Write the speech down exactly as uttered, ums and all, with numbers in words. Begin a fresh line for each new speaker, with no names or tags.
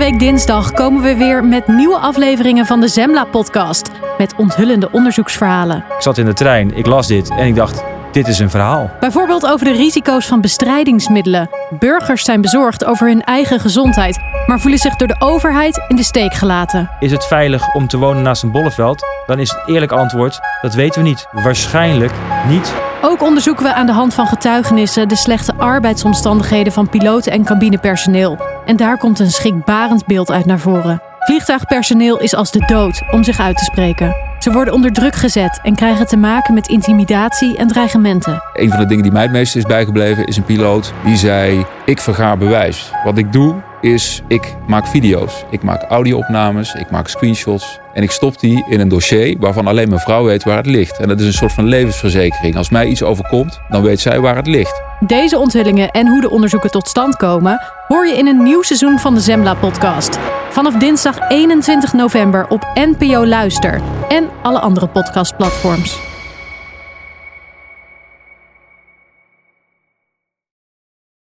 week dinsdag komen we weer met nieuwe afleveringen van de Zembla-podcast. Met onthullende onderzoeksverhalen.
Ik zat in de trein, ik las dit en ik dacht, dit is een verhaal.
Bijvoorbeeld over de risico's van bestrijdingsmiddelen. Burgers zijn bezorgd over hun eigen gezondheid, maar voelen zich door de overheid in de steek gelaten.
Is het veilig om te wonen naast een bolleveld? Dan is het eerlijk antwoord, dat weten we niet. Waarschijnlijk niet.
Ook onderzoeken we aan de hand van getuigenissen de slechte arbeidsomstandigheden van piloten en cabinepersoneel. En daar komt een schrikbarend beeld uit naar voren. Vliegtuigpersoneel is als de dood om zich uit te spreken. Ze worden onder druk gezet en krijgen te maken met intimidatie en dreigementen.
Een van de dingen die mij het meest is bijgebleven is een piloot die zei: ik vergaar bewijs. Wat ik doe is, ik maak video's, ik maak audio-opnames, ik maak screenshots. En ik stop die in een dossier waarvan alleen mijn vrouw weet waar het ligt. En dat is een soort van levensverzekering. Als mij iets overkomt, dan weet zij waar het ligt.
Deze onthullingen en hoe de onderzoeken tot stand komen hoor je in een nieuw seizoen van de Zembla-podcast. Vanaf dinsdag eenentwintig november op N P O Luister en alle andere podcastplatforms.